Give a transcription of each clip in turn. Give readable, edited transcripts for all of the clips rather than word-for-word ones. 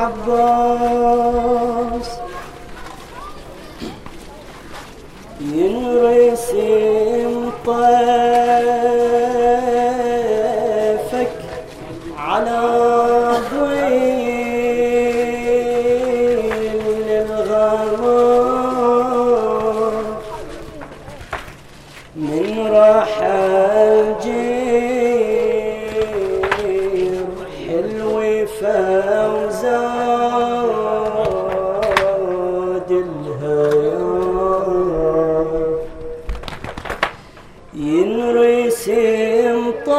عباس ينرسم طيفك على ضيل الغمام من رحل جير حلو فوزاد الهيام ينرسم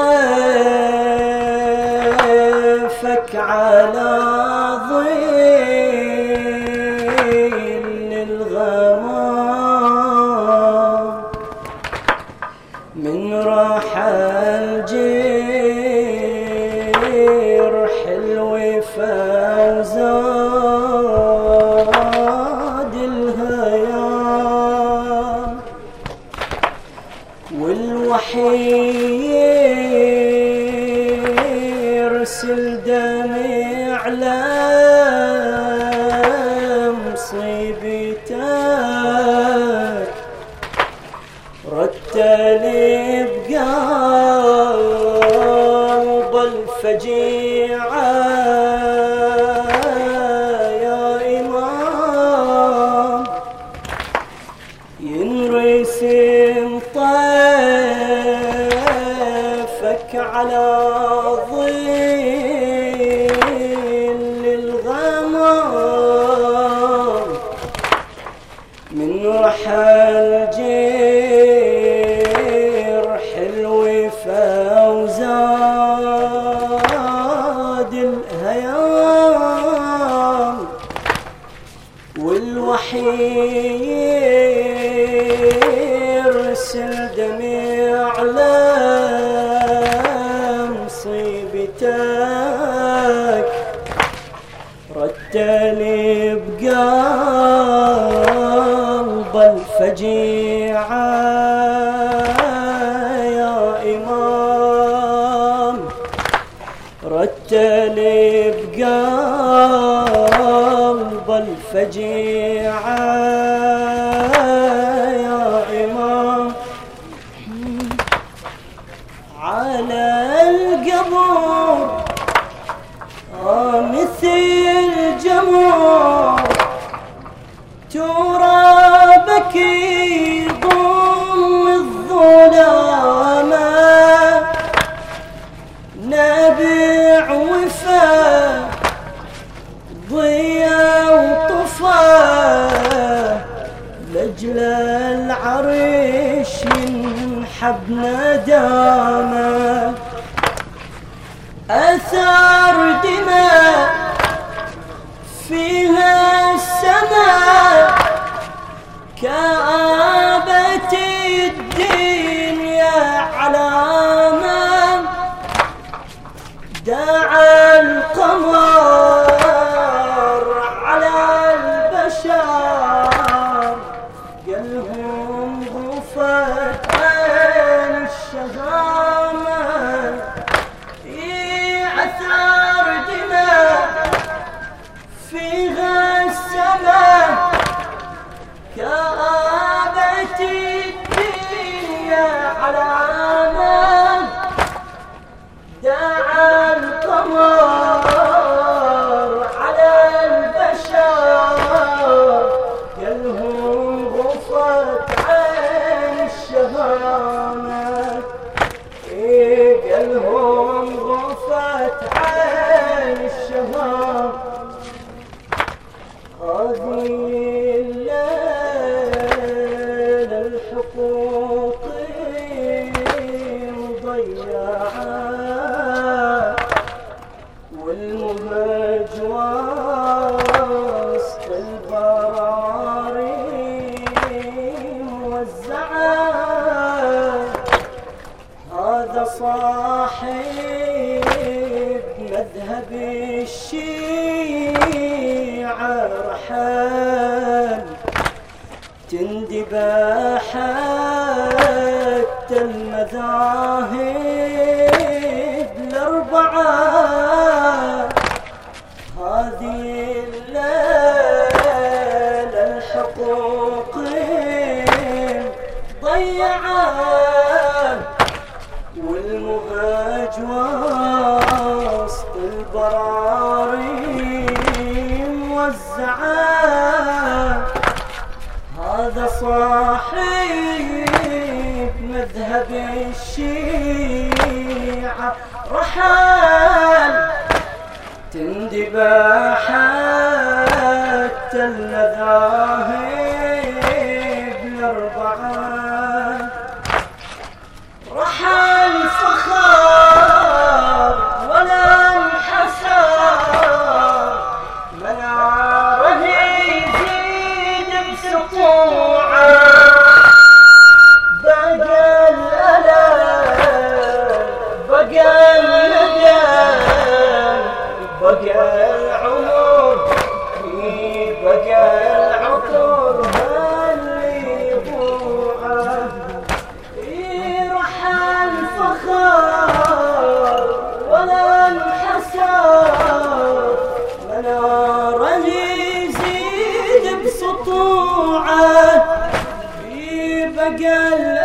طيفك على ظل الغمام من رحل جير حلو فوزاد الهيام والوحي يرسل دمع لمصيبتك رتل بقلب الفجيعة يا إمام ينرسم طيفك على ظل الغمام من رحل جير حلو فوزاد الهيام والوحي يرسل دمع لمصيبتك رتل بقلب الفجيعة يا إمام رتل بقلب الفجيعة يا إمام على القبر مثل جمر ترابك يضم الظلامة نبع وفا ضيا وطفا لجل العرش ينحب ندامه أثار دماء فيها السماء كآبة الدنيا علامة دعا القمر على البشر قالهم غفت عن الشهامة أثار دماء فيها السماء كآبة الدنيا علامة دعا القمر على البشر قالهم غفت عن الشهامة قالهم غفت عن الشهامة هذه الليلة الحقوق مضيعة والمهج وسط البراري موزعة هذا صاحب مذهب الشيعة رحل تندبح حتى المذاهب الأربعة هذه صاحب مذهب الشيعة رحل تندبى حتى المذاهب الأربعة رحل فخار ولا انحسر مناره يزيد بسطوعه بقى الألم بقى الندم بقى العمر بقى العطر اللي يضوعه رحل فخار ولا انحسر مناره يزيد بسطوعه بقى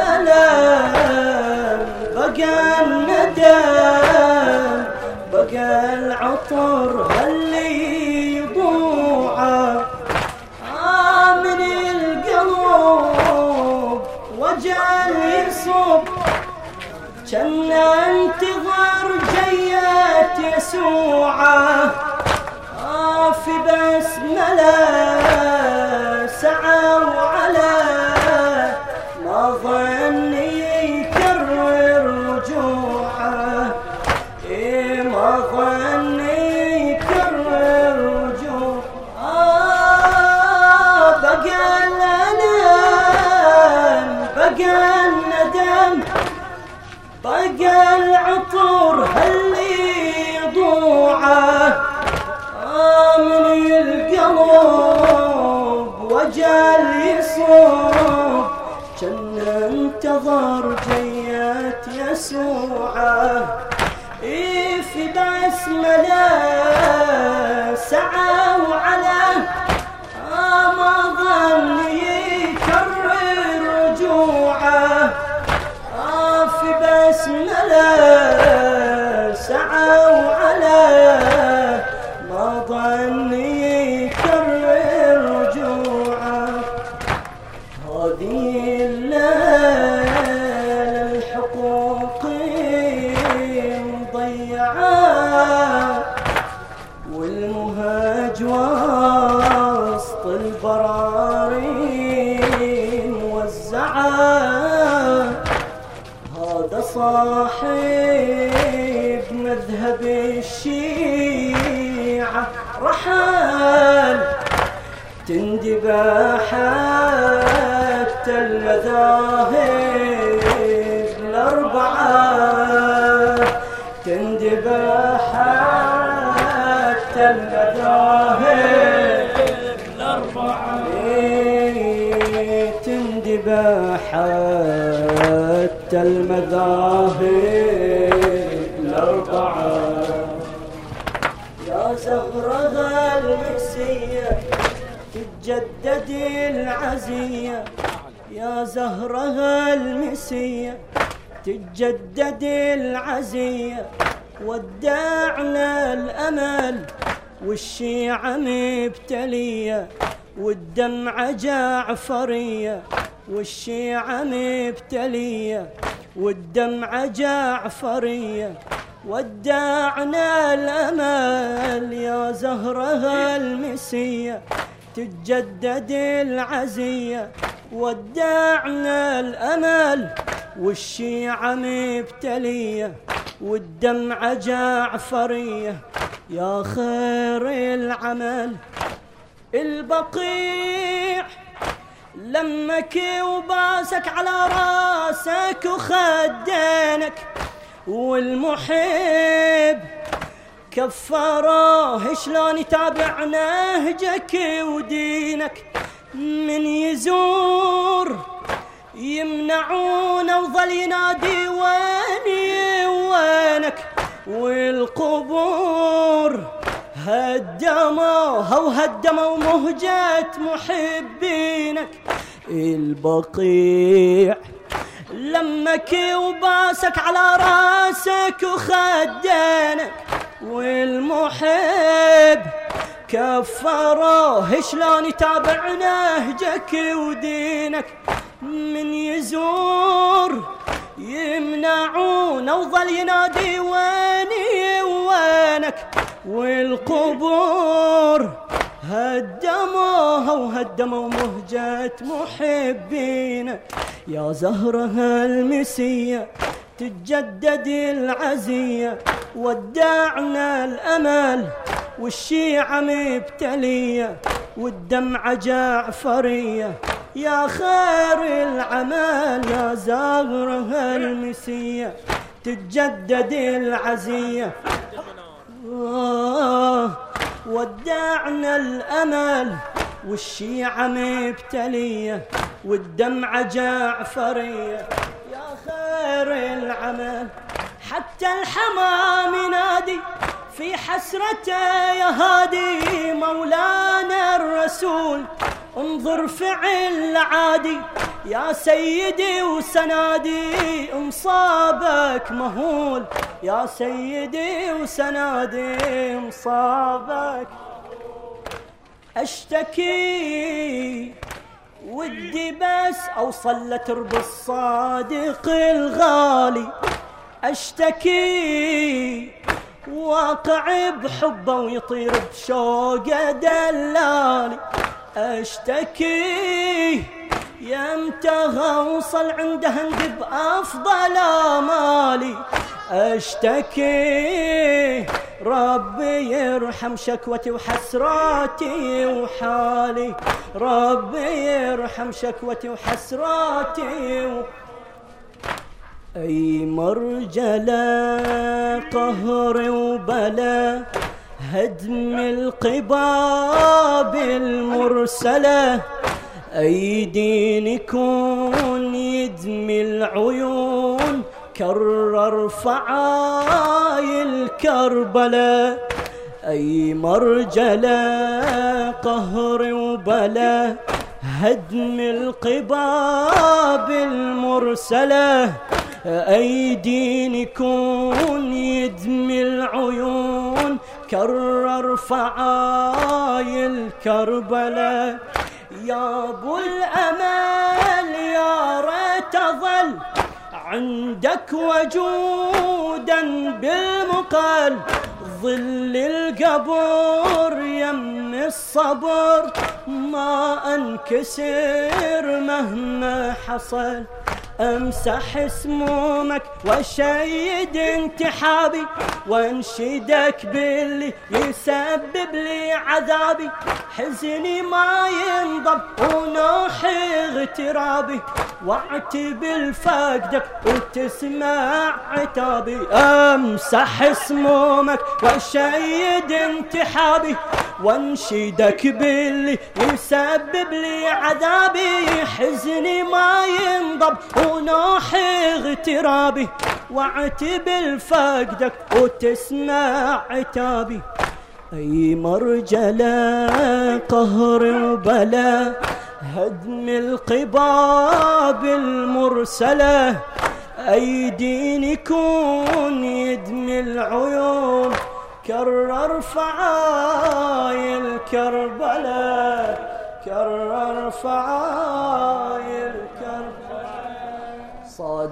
الألم بقى الندم بقى العطر اللي يضوعه من القلب وجل يصب كان انتظر جيات يسوعه في بسمله سعوا على ما ظن يكرر رجوعه ما ظن يكرر رجوعه بقى الألم بقى الندم بقى العطر اللي يضوعه من القلب وجل يصب كان انتظر جيات يسوعه في بسمله سعوا على ما ظن يكرر رجوعه في بسمله سعوا على ما ظن يكرر رجوعه هذه الليلة الحقوق مضيعة والمهاج وسط البرارين موزعة هذا صاحب مذهب الشيعة رحل تندبى حتى المذاهب الأربعة تندبى حتى المذاهب الأربعة تندبى حتى المذاهب الأربعة يا زهرة المسية تتجدد العزية يا زهرة المسية تتجدد العزية ودعنا الأمل والشيعة مبتلية والدمعة جعفرية والشيعة مبتلية والدمعة جعفرية ودعنا الأمل يا زهرة المسية تتجدد العزية ودعنا الأمل والشيعة مبتلية والدمعة جعفرية يا خير العمل البقيع لمك وباسك على راسك وخدينك والمحب كفاره شلون يتابع نهجك ودينك من يزور يمنعونه وظل ينادي ويني وينك والقبور هدموها وهدموا مهجة محبينك البقيع لمك وباسك على راسك وخدينك والمحب كفروه شلون يتابع نهجك ودينك، من يزور يمنعونه وظل ينادي ويني وينك، والقبور هدموها وهدموا مهجة محبينك. يا زهرة المسية تتجدد العزية، ودعنا الأمل والشيعة مبتلية، والدمعة جعفرية يا خير العمل. يا زهرة المسية تتجدد العزية، ودعنا الأمل والشيعة مبتلية، والدمعة جعفرية يا خير العمل. حتى الحمام ينادي في حسرته يا هادي مولانا الرسول، انظر فعل عادي يا سيدي وسنادي، مصابك مهول يا سيدي وسنادي، مصابك. اشتكي ودي بس اوصل لترب الصادق الغالي، اشتكي واقع بحبه ويطير بشوقه دلالي، اشتكي يمتى اوصل عنده اندب افضل امالي، اشتكي ربي يرحم شكوتي وحسراتي وحالي، ربي يرحم شكوتي وحسراتي أي مرجلة قهر وبلا، هدم القباب المرسلة، أي دين يكون يدمي العيون، كرر فعايل كربلاء. أي مرجلة قهر وبلا، هدم القباب المرسلة، أي دين يكون يدمي العيون، كرر فعايل كربلاء. يا ابو الامل يا ريت اظل عندك وجودا بالمقل، ظل القبر يم الصبر ما انكسر مهما حصل، امسح اسمومك واشيد انتحابي، وانشدك باللي يسبب لي عذابي، حزني ما ينضب ونوحي اغترابي، واعتبل فقدك وتسمع عتابي، امسح اسمومك واشيد انتحابي، وانشدك باللي يسبب لي عذابي، حزني ما ينضب ونوحي اغترابي، واعتبل فقدك وتسمع عتابي. أي مرجلة قهر وبلا، هدم القباب المرسلة، أي دين يكون يدمي العيون، كرر فعايل كربلاء، كرر فعايل كربلاء.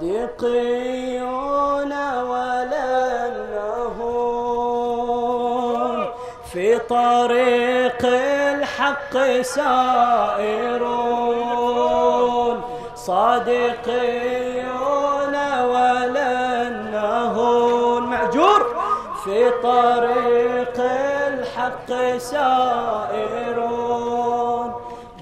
صادقيون ولنهم في طريق الحق سائرون، صادقيون ولنهم معجور في طريق الحق سائرون،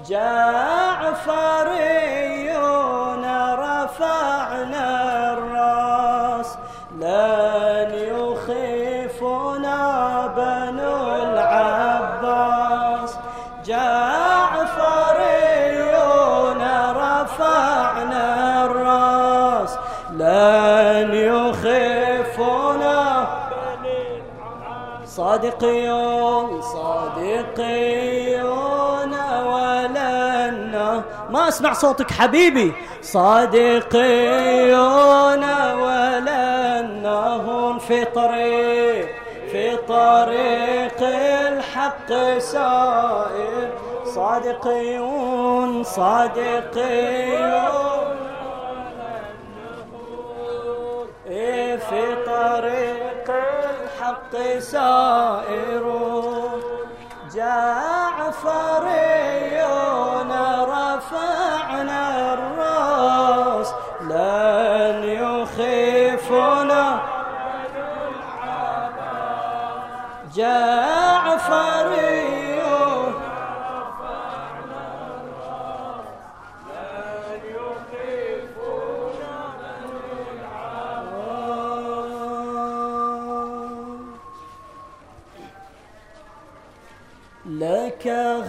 جعفريون رفعنا الراس، لن يخيفنا بنو العباس، جعفريون رفعنا الراس، لن يخيفنا. صادقيون صادقيون ولنا، ما اسمع صوتك حبيبي. صادقيون ولنهم في طريق الحق الحق سائر صادقيون صادقيون في طريق الحق سائرون جعفريون رفعنا الراس لن يخيفنا جعفريون رفعنا الراس لن يخيفنا لك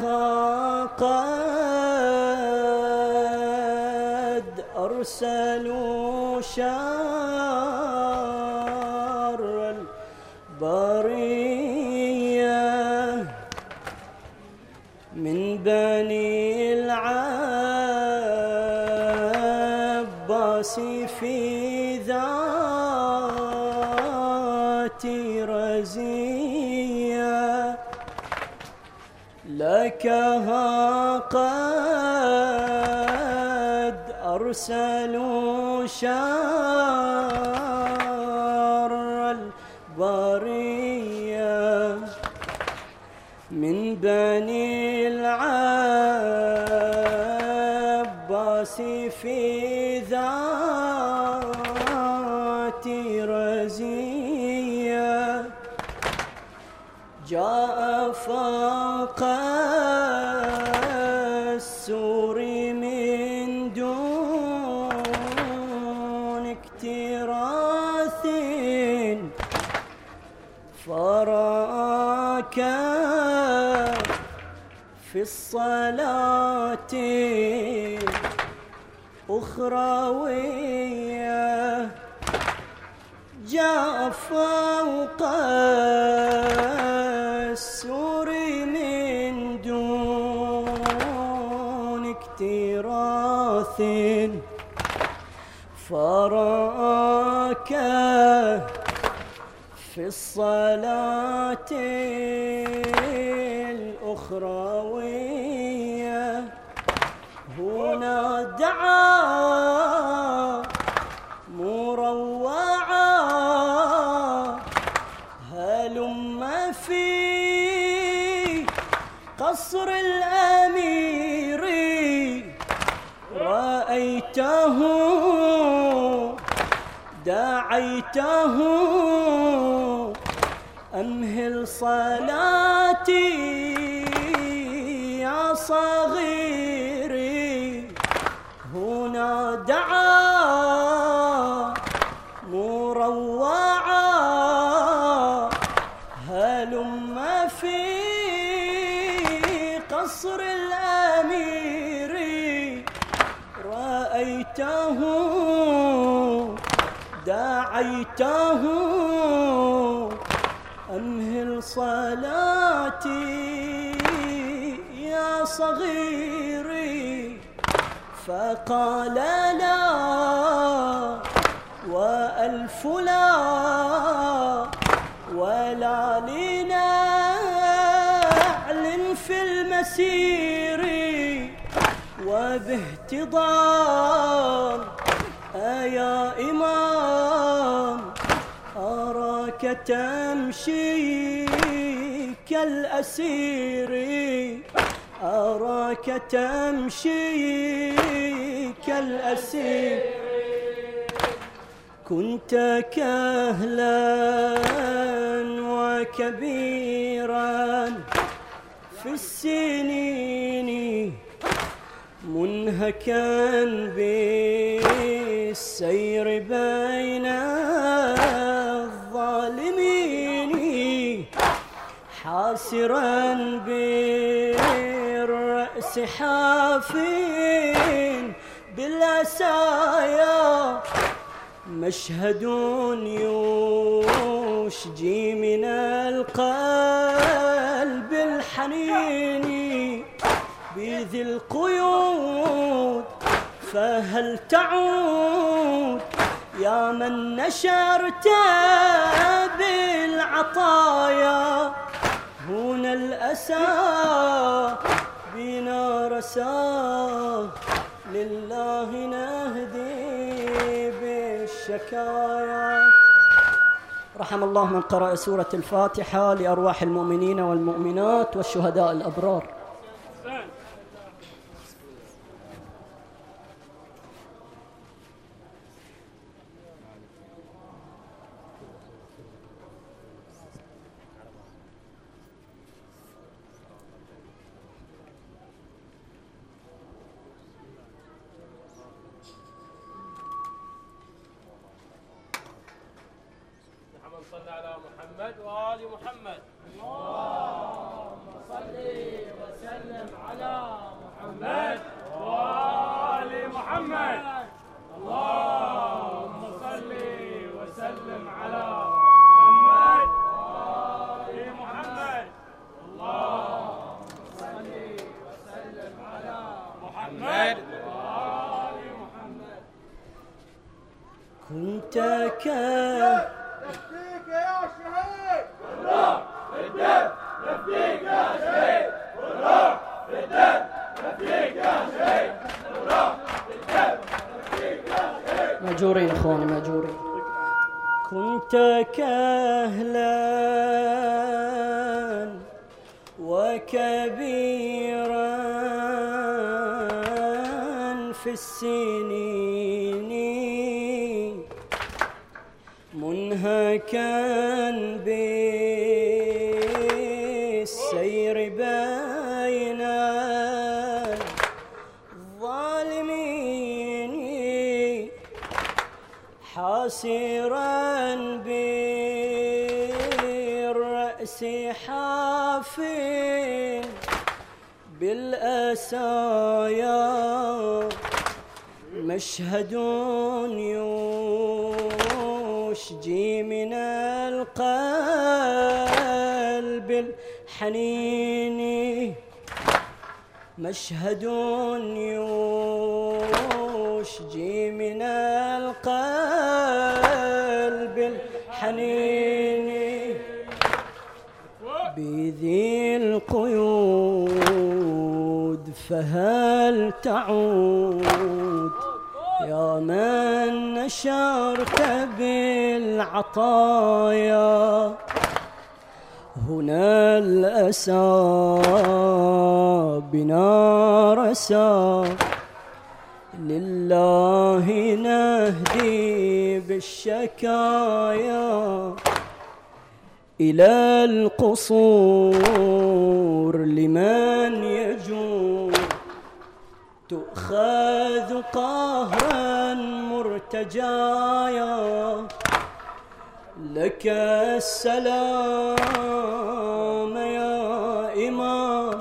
قد أرسلوا شر البرية من بني العباس في ذات رزية لك قد أرسلوا شر البرية من بني العباس في ذات رزية جاء فوق السور من دون اكتراث فراك في الصلاة أخروية جاء فوق السور من دون اكتراث فراك في الصلاة الأخروية هنا دعا مروعا هلم في قصر الأمير رأيته دعيته أمهل صلاتي يا صغيري هنا دعا مروعا هلم في قصر الأمير رأيته دعيته أمهل صلاتي يا صغيري فقال لا وألف لا ولا لنعل في المسير وباهتضار يا إمام أراك تمشي كالأسير أراك تمشي كالأسير كنت كهلا وكبيرا في السنين منهكا بالسير بين الظالمين حاسرا بالرأس حافٍ بالعسايا مشهد يشجي من القلب الحنين بذي القيود فهل تعود يا من نشرت بالعطايا هنا الأسى بنا رساه، لله نهدي بالشكايا. رحم الله من قرأ سورة الفاتحة لأرواح المؤمنين والمؤمنات والشهداء الأبرار. صل على محمد وآل محمد. اللهم صل وسلم على محمد وآل محمد. اللهم صل وسلم على محمد وآل محمد. اللهم صل وسلم على محمد وآل محمد. كنت نفديك يا شهيد والروح بالدم، نفديك يا شهيد والروح بالدم، نفديك يا شهيد والروح بالدم، نفديك يا شهيد. ماجورين اخواني ماجورين. كنت كهلا وكبيرا في السنين، منهكا بالسير بين الظالمين، حاسرا بالرأس حافٍ بالأسايا، مشهد يشجي من القلب الحنين، مشهد يشجي من القلب الحنين، بذي القيود فهل تعود يا من نشرت بالعطايا، هنا الأسى بنا رسى، لله نهدي بالشكايا، إلى القصور لمن يجور، تؤخذ قهرا مرتجايا، لك السلام يا إمام،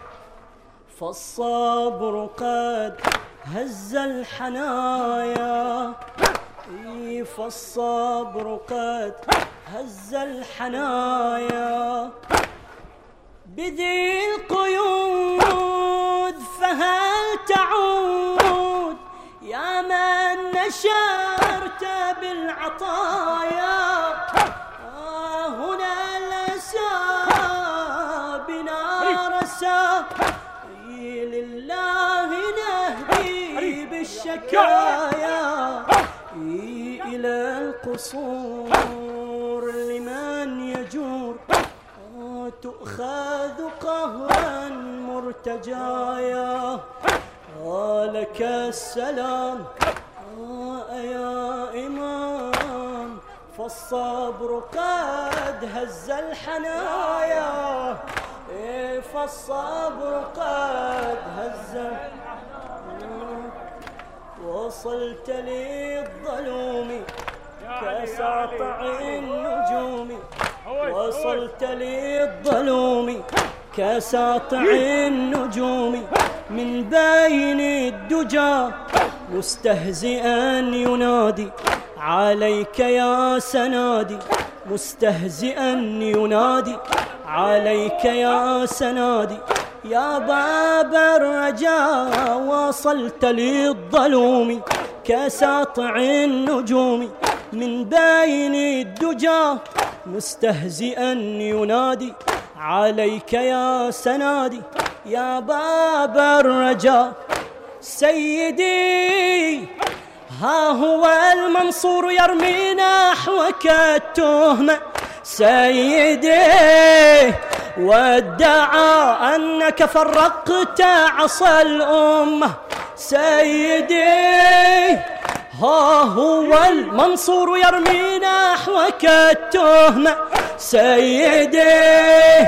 فالصبر قد هز الحنايا، فالصبر قد هز الحنايا، بذي القيود فهل تعود يا من نشرت بالعطايا، هنا الأسى بنا رسى، لله نهدي بالشكايا، إلى القصور لمن يجور، تؤخذ قهرا مرتجايا، لك السلام يا إمام، فالصبر قد هز الحنايا، فالصبر قد هز الحنايا، وصلت للظلوم كساطع النجوم، وصلت للظلوم كساطع النجوم، من بين الدجى مستهزئا ينادي عليك يا سنادي، مستهزئا ينادي عليك يا سنادي، يا باب الرجاء وصلت للظلوم كساطع النجوم، من بين الدجى مستهزئا ينادي عليك يا سنادي يا باب الرجاء سيدي، ها هو المنصور يرمي نحوك التهمة سيدي، وادعى أنك فرقت عصا الأمة سيدي، ها هو المنصور يرمي نحوك التهمة سيدي،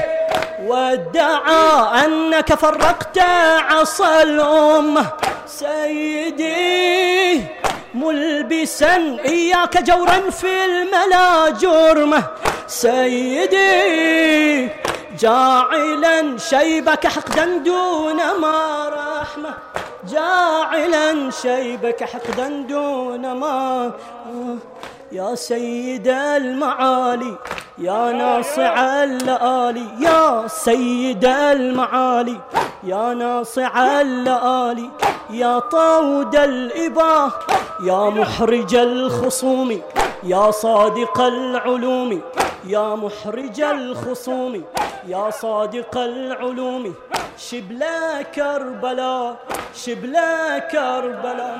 وادعى أنك فرقت عصا الأمة سيدي، ملبسا إياك جورا في الملا جرمه سيدي، جاعلا شيبك حقدا دون ما رحمة، جاعلا شيبك حقدا دون ما. يا سيد المعالي يا ناصع اللآلي، يا سيد المعالي يا ناصع اللآلي، يا طود الإباه يا محرج الخصوم، يا صادق العلوم، يا محرج الخصوم، يا صادق العلوم، شبلا كربلاء شبلا كربلاء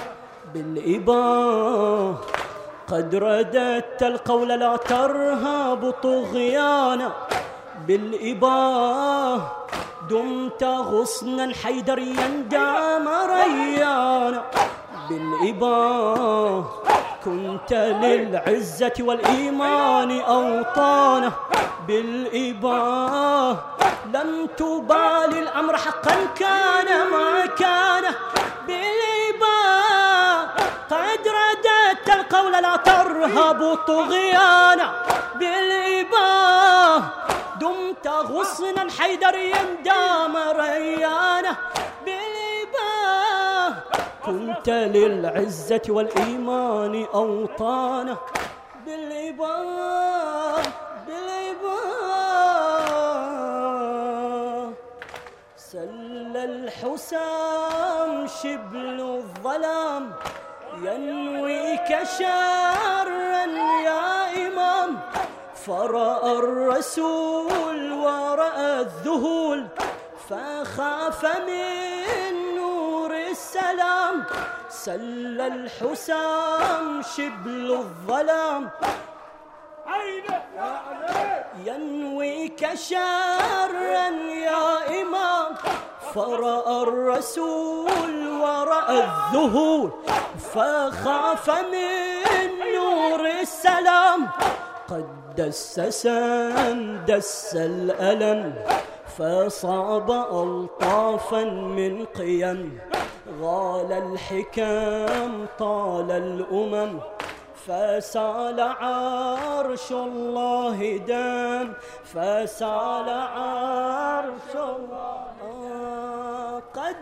بالإباه قد رددت القول لا ترهب طغيانا، بالإباه دمت غصنا حيدريا دام ريانا، بالإباه كنت للعزة والإيمان أوطانا، بالإباه لم تبالي الأمر حقا كان ما كان، بالإباه قد رددت القول لا ترهب طغيانا، بالإباه دمت غصنا حيدريا دام ريانا، بالإباه كنت للعزة والإيمان أوطانا، بالإباه بالإباه سل الحسام شبل الظلام ينويك شرا يا إمام، فرأى الرسول ورأى الذهول فخاف من نور السلام، سل الحسام شبل الظلام ينويك شرا يا إمام، فرأى الرسول ورأى الذهول فخاف من نور السلام، قد دس الألم فصاب ألطافا من قيم، غال الحكم طال الأمم فسال عرش الله دم، فسال عرش الله قد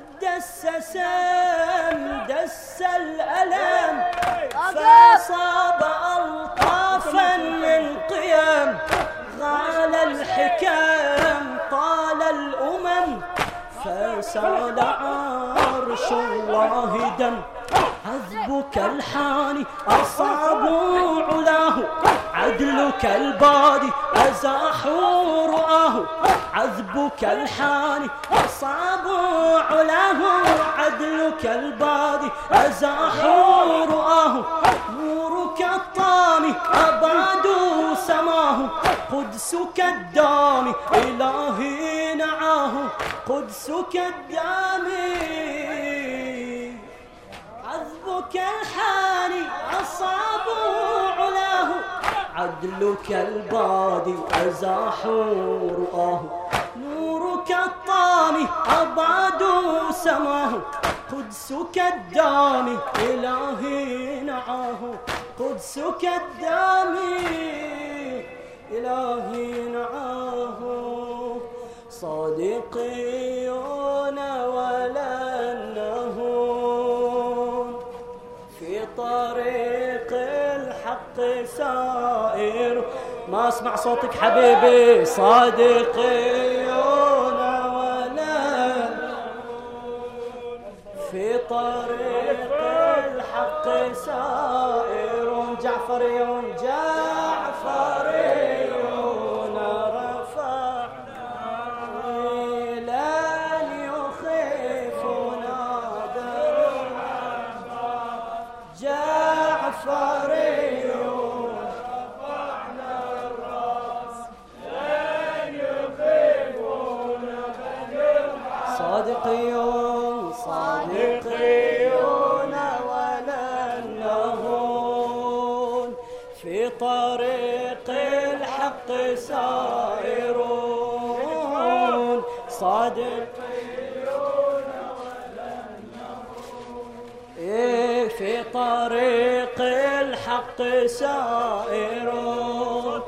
دس الألم فصاب ألطافا من قيم، غال الحكم طال الأمم فسال عرش الله دم، عذبك الحاني أصاب علاه، عدلك البادي أزاح رؤاه، عذبك الحاني أصاب علاه، عدلك البادي أزاح رؤاه، نورك الطامي أباد سماه، قدسك الدامي إلهي نعاه، قدسك الدامي، عذبك الحاني أصاب علاه، عدلك البادي أزاح رؤاه، نورك الطامي أباد سماه، قدسك الدامي إلهي نعاه، قدسك الدامي إلهي نعاه، صادقيون ولنهم في طريق الحق سائر. ما اسمع صوتك حبيبي. صادقيون ولنهم في طريق الحق سائر. جعفريون جعفريون رفع صادقيون صادقيون ولن نهون في طريق الحق سائرون صادقيون ولن نهون في طريق الحق سائرون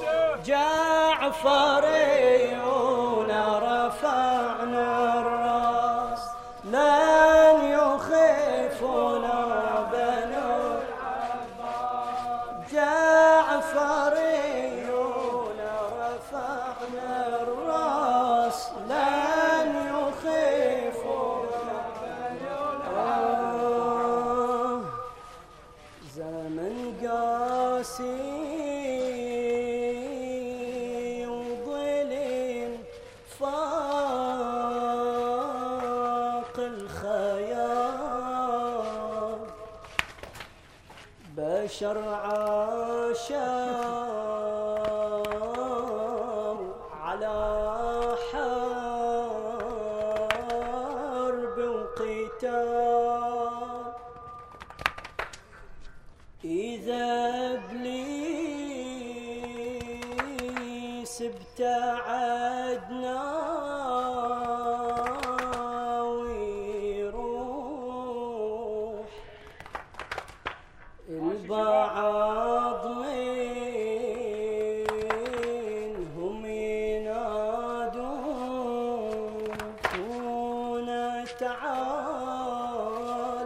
جعفريون رفعنا الراس لن يخيفنا بنو العباس جعفريون رفعنا الراس لن يخيفنا بنو العباس زمن قاسي فاق الخيال بشر عاشوا على حرب وقتال إذا إبليس ابتعدنا ويروح البعض منهم ينادون تعال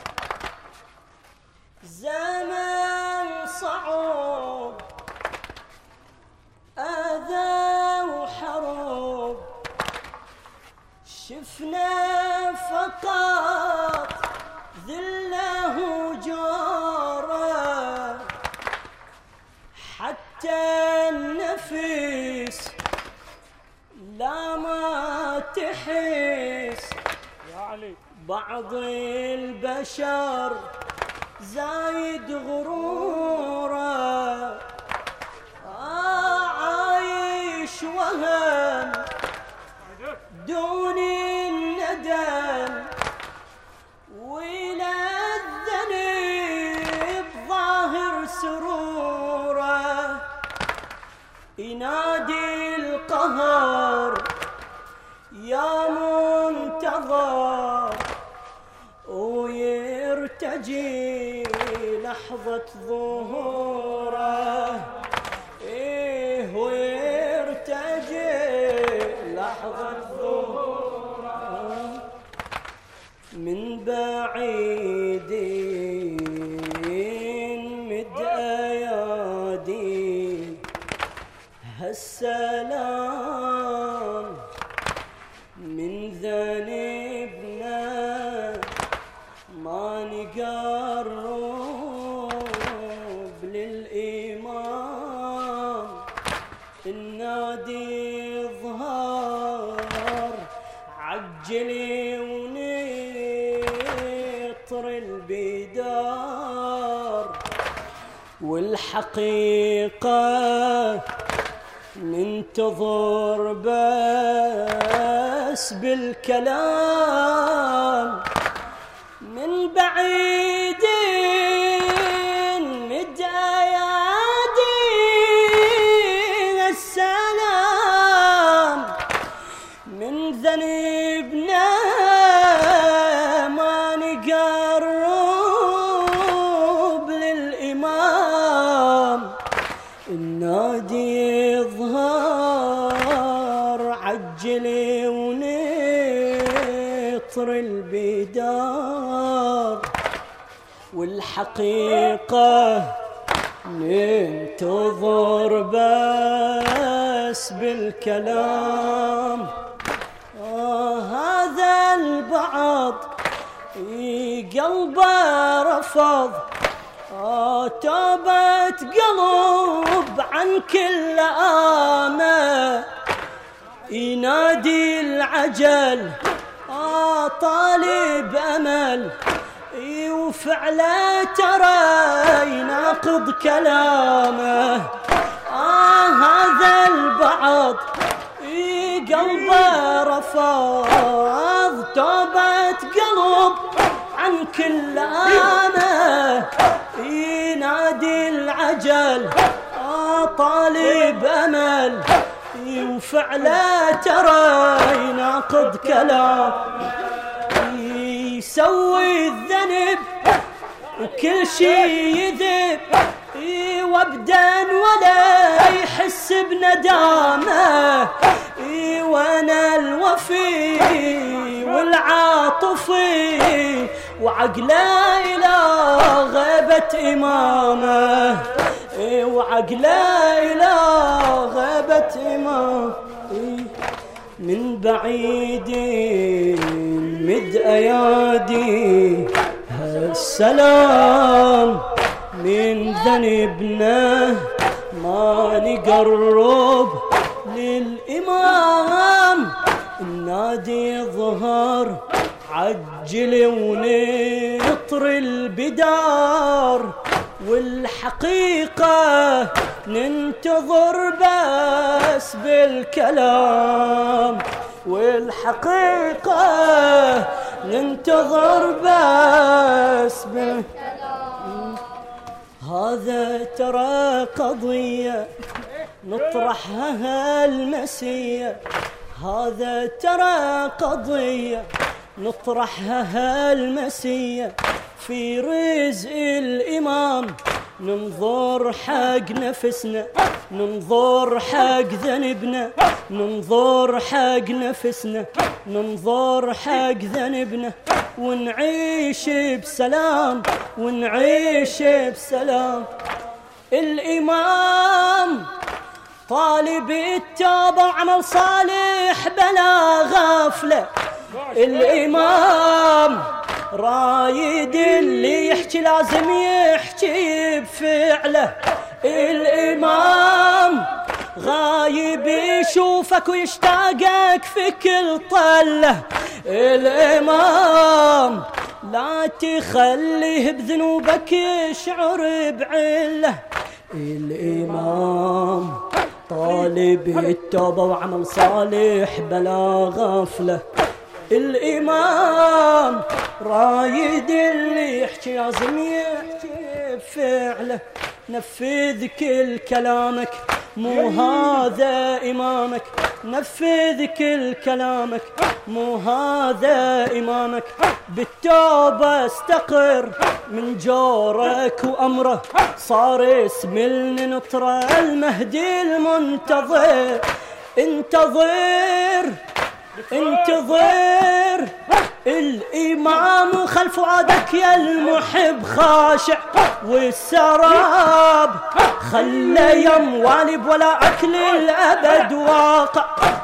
زمن صعب أذى وحروب شفنا فقط ذله وجاره حتى النفس لا ما تحس بعض البشر زايد غروره عايش وهم دون الندم ولذني بظاهر سروره ينادي القهر يا منتظر ويرتجي لحظة ظهوره ويرتجي لحظة ظهوره من بعيد مد أيادي هالسلام من ذنبنا ما نقرب للإيمان النادي ظهر عجلي ونطر البدار والحقيقة ننتظر بس بالكلام من بعيد مد أيادي السلام من ذنبنا ما نقرب للإمام النادي يظهر عجلي ونطر البدار والحقيقة ننتظر بس بالكلام هذا البعض قلبه رفض توبة قلب عن كل آمة ينادي العجل طالب أمل وفعله ترى يناقض كلامه هذا البعض قلبه رفض عن كل آمه ينادي العجل طالب أمل وفعله ترى يناقض كلام يسوي الذنب وكل شي يذب وابدا ولا يحس بندامه وانا الوفي والعاطفي وعقله الى غيبة امامه وعقله الى غيبة امامه من بعيد مد ايادي السلام من ذنبنا ما نقرب للإمام النادي ظهر عجل ونطر البدار والحقيقة ننتظر بس بالكلام والحقيقة ننتظر بس بالكلام هذا ترى قضية نطرحها هالمسية هذا ترى قضية نطرحها هالمسية في رزق الإمام ننظر حق نفسنا ننظر حق ذنبنا ننظر حق نفسنا ننظر حق ذنبنا ونعيش بسلام ونعيش بسلام الإمام طالب التوبة وعمل صالح بلا غفلة الإمام رايد اللي يحكي لازم يحكي بفعله الإمام غايب يشوفك ويشتاقك في كل طلة الإمام لا تخليه بذنوبك يشعر بعله الإمام طالب التوبة وعمل صالح بلا غفلة الإمام رايد اللي يحكي لازم يحكي بفعله نفذ كل كلامك مو هذا إمامك نفذ كل كلامك مو هذا إمامك بالتوبة استقر من جورك وأمره صار اسم النطرة المهدي المنتظر انتظر انتظر الإمام خلف عادك يا المحب خاشع والسراب خلى يموالب ولا أكل الأبد واقع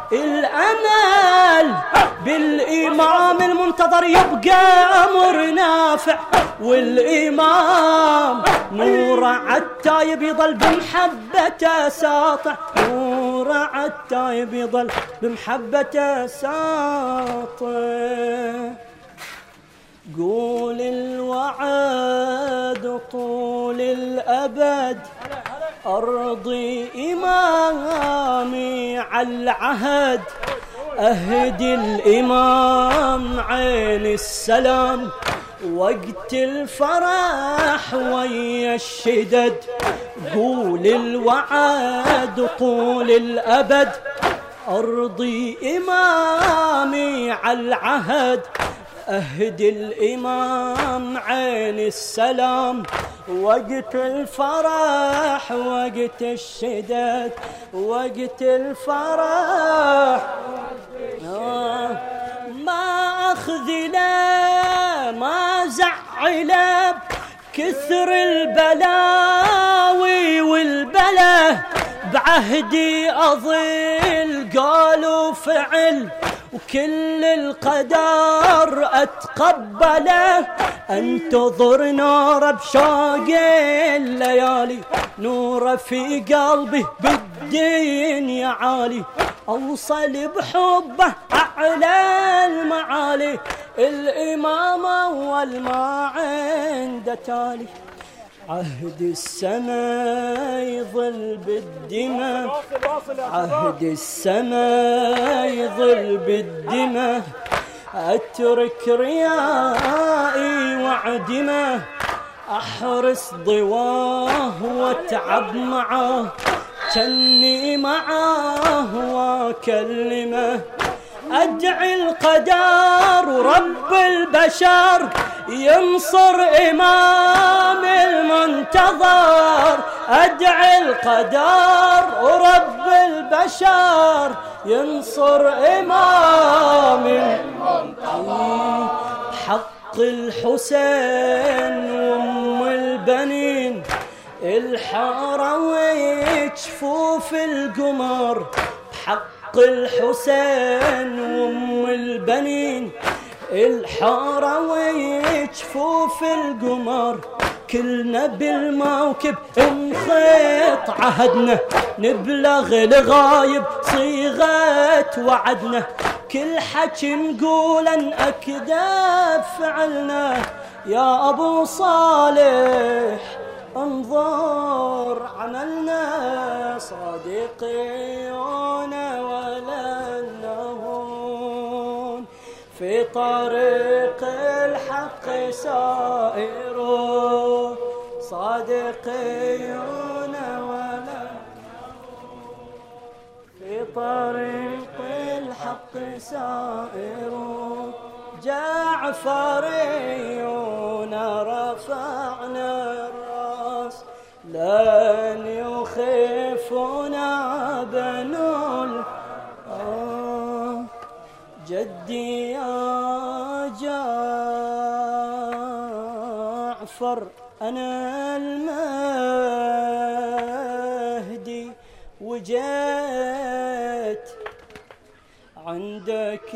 الأمل بالإمام المنتظر يبقى أمر نافع والإمام نور عالتايب يضل بمحبته ساطع نور عالتايب يضل بمحبته ساطع قول الوعد طول الأبد أرضي إمامي على العهد أهدي الإمام عين السلام وقت الفرح ويا الشدد قول الوعد طول الأبد أرضي إمامي على العهد أهدي الإمام عين السلام وقت الفرح وقت الشدد وقت الفرح ما أخذله ما زعله كثر البلاوي والبلا بعهدي أظل قالوا فعل وكل القدر أتقبله انتظر نور بشوق الليالي نور في قلبي بالدين يا عالي أوصل بحبه أعلى المعالي الإمام أول ما عنده تالي عهد السماء يظل بالدماء عهد السماء يظل بالدماء اترك ريائي واعدمه، احرس ضواه واتعب معه، جني معه واكلمه، ادعي القدر ورب البشر ينصر امام المنتظر، ادعي القدر ورب البشر ينصر امام المنتظر، بحق الحسين وام البنين الحاره وجفوف القمر، بحق الحسين وام البنين الحاره وجفوف القمر، كلنا بالموكب نخيط عهدنا، نبلغ الغايب صيغة وعدنا، كل حكي نقوله أكدب فعلنا، يا أبو صالح انظر عملنا، صادقين ولا نهون، في طريق الحق سائرون، صادقين ولا في طريق الحق سائرون، جعفريون رفعنا الراس، لن يخيفنا بنو جدي يا جعفر أنا المهدي، وجيت عندك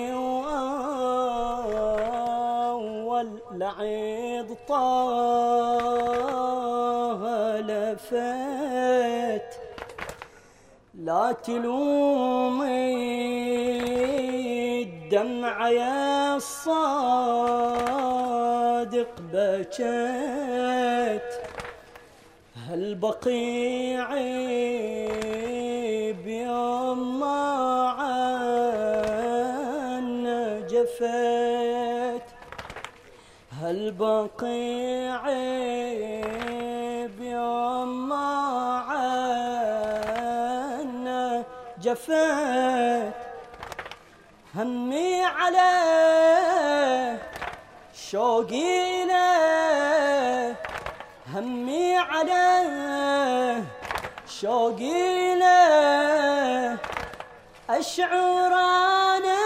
وأول لعيد طه لفيت، لا تلومي الدمع يا الصادق بكيت، هالبقيع بيوم ما عنا جفيت، هالبقيع بيوم ما عنا جفيت، همي عليه شوقي له، همي عليه شوقي له، أشعر أنا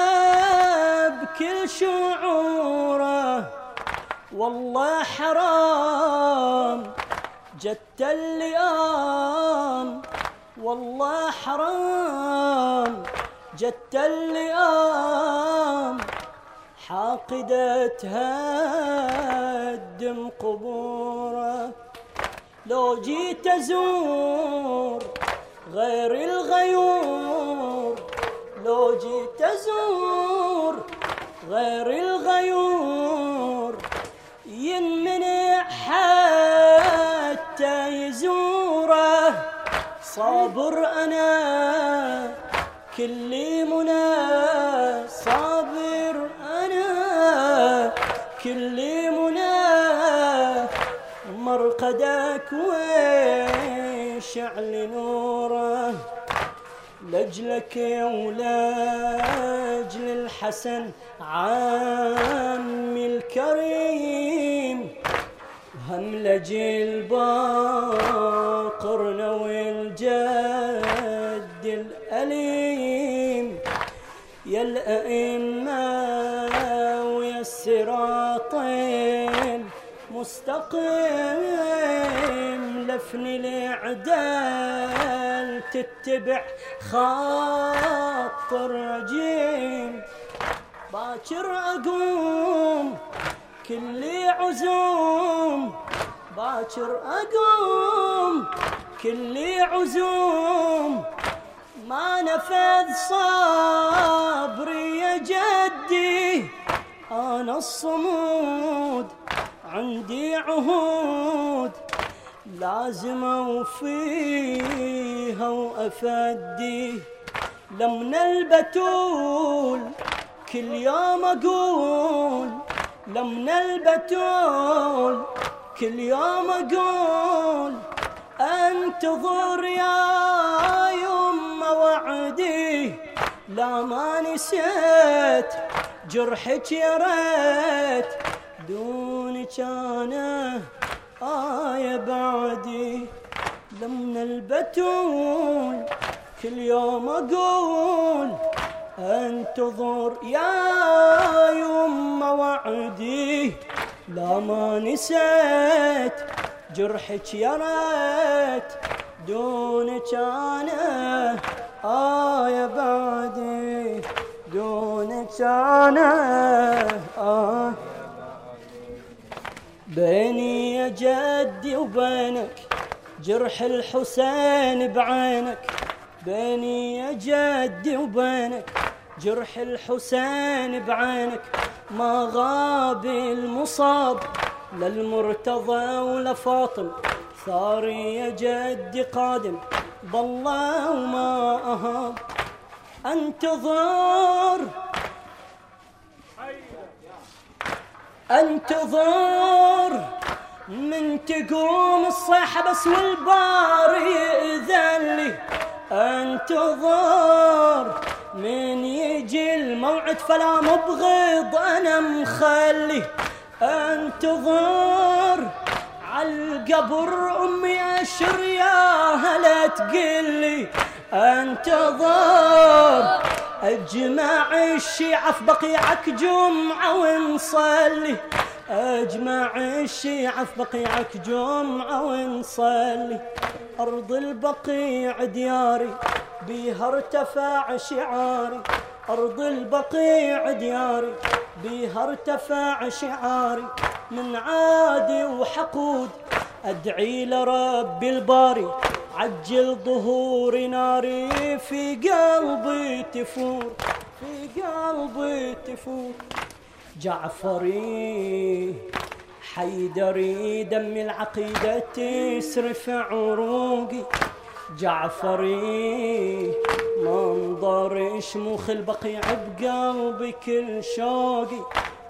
بكل شعوره، والله حرام جت الليام، والله حرام جت الليام، حاقدة تهدم قبوره، لو جيت أزور غير الغيور، لو جيت أزور غير الغيور، ينمنع حتى يزوره، صابر أنا كل منى، صابر أنا كل منى، مرقدك وشعل نوره، لجلك ولجل الحسن عمي الكريم، وهم لجل باقر نوي الجد الأليم، يا الأئمة ويا الصراط المستقيم، لفن العدل تتبع خط الرجيم، باكر أقوم كل عزوم، باكر أقوم كل عزوم، ما نفذ صبري يا جدي، أنا الصمود عندي عهود، لازم أوفيها وأفدي، لمن البتول كل يوم أقول لمن البتول، كل يوم أقول انتظر يا يما وعدي، لا ما نسيت جرحك يا ريت دونك انا يا بعدي. لمن البتول كل يوم اقول انتظر يا يما وعدي، لا ما نسيت جرحك يا ريت دونك انا يا بعدي، دونك انا بيني يا جدي وبينك جرح الحسين بعينك، بيني يا جدي وبينك جرح الحسين بعينك، ما غاب المصاب للمرتضى ولا فاطم، ثاري يا جدي قادم بالله وما أهاب. انتظر انتظر من تقوم الصيحة بس والباري يأذن لي، انتظر من يجي الموعد فلا مبغض انا مخلي، انتظر عالقبر امي اشر يا هلا تقلي، انتظر اجمع الشيعة في بقيعك جمعة ونصلي، اجمع الشيعة في بقيعك جمعة ونصلي. ارض البقيع دياري بيها ارتفع شعاري، ارض البقيع دياري بيها ارتفع شعاري، من عادي وحقود ادعي لربي الباري، عجل ظهور ناري في قلبي تفور، في قلبي تفور. جعفري حيدري دم العقيدة تسرف عروقي، جعفري منظر شموخ البقيع بقلبي كل شوقي،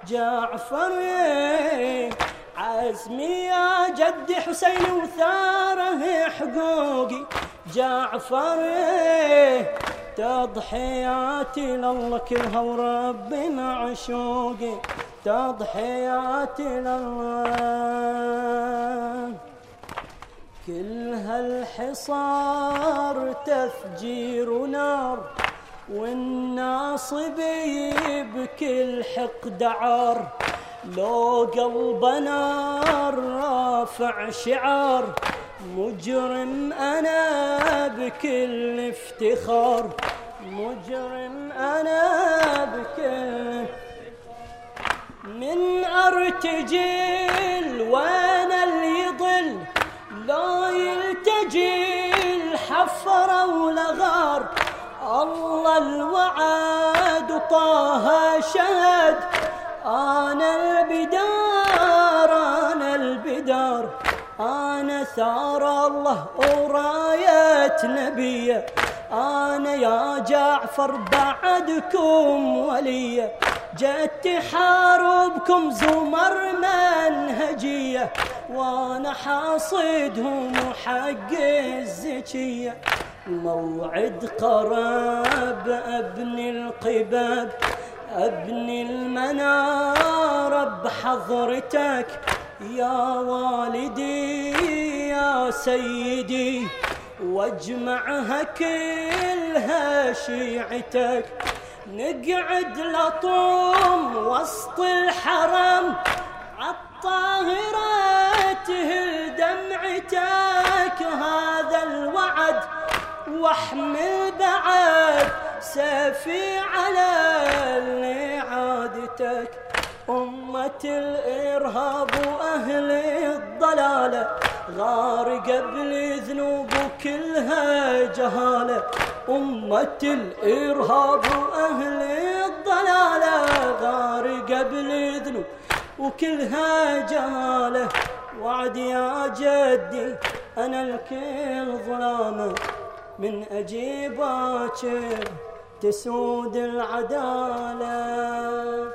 جعفري عزمي يا جدي حسين وثاره حقوقي، جعفري تضحياتي لله كلها وربي معشوقي، تضحياتي لله. كل هالحصار تفجير ونار، والناصبي بكل حقد عار، لو قلبنا رافع شعار، مجرم أنا بكل افتخار، مجرم أنا بكل من أرتجل وانا اللي يضل، لا يلتجي الحفرة ولا غار، الله الوعد وطه شهد، أنا البدار أنا البدار، أنا ثار الله وراية نبيه، أنا يا جعفر بعدكم وليه، جت حاربكم زمر منهجية، وانا حاصدهم وحق الزكية، موعد قرب ابني القباب، ابني المنار بحضرتك يا والدي يا سيدي، واجمعها كلها شيعتك، نقعد لطوم وسط الحرم عالطاهرة تهل دمعتك، هذا الوعد واحمل بعد سيفي على اللي عادتك، أمة الإرهاب وأهل الضلالة غارقة بالذنوب وكلها جهالة، أمة الإرهاب وأهل الضلالة غارقة بالذنوب وكلها جهالة، وعد يا جدي أنا الكل ظلامة من أجيب باكر تسود العدالة،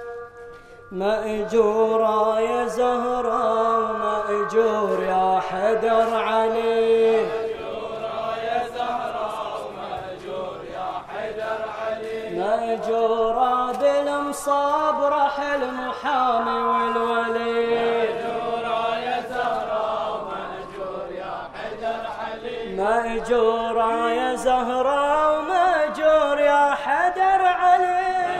مأجورة يا زهرة ومأجور يا حدر علي، مأجورة يا زهرة ومأجور يا حدر علي، مأجورة بالمصاب رح المحامي والولي، مأجورة يا زهرة ومأجور يا حدر علي، مأجورة يا زهرة ومأجور يا حدر علي،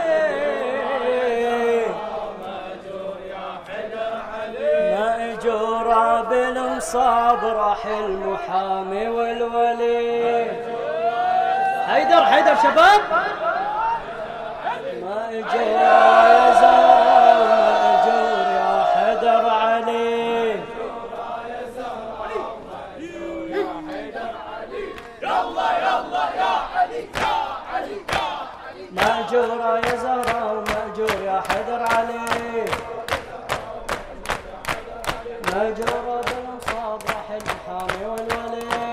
مأجورة بالمصاب رح المحامي والولي. حيدر حيدر شباب. مأجورة يا زهرة ومأجور يا حدر علي، يلا يلا يا علي يا علي يا علي، مأجورة يا زهرة ومأجور يا حدر علي، مأجورة بالمصاب رح المحامي والولي.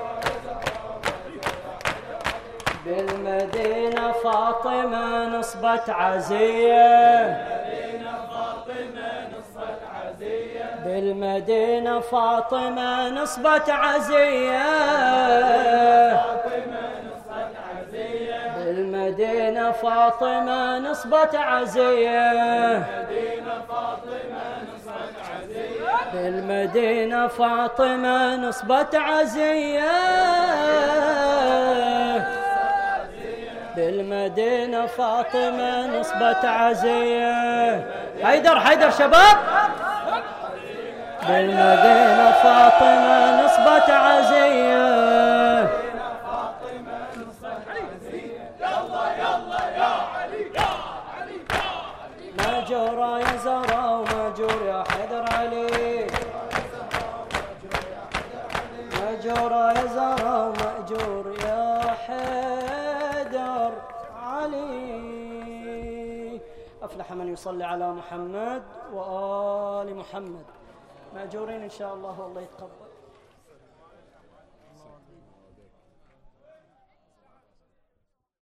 بالمدينة فاطمة نصبت عزية، بالمدينة فاطمة نصبت عزية، بالمدينة فاطمة نصبت عزية، بالمدينة فاطمة نصبت عزية، بالمدينة فاطمة نصبت عزية. حيدر حيدر شباب. بالمدينة فاطمة نصبت عزية، يلا يلا يا علي يا علي يا علي، مأجورة يا زهرة ومأجور يا حدر علي، مأجورة يا زهرة ومأجور يا حدر علي. أفلح من يصلي على محمد وآل محمد. مأجورين إن شاء الله والله يتقبل.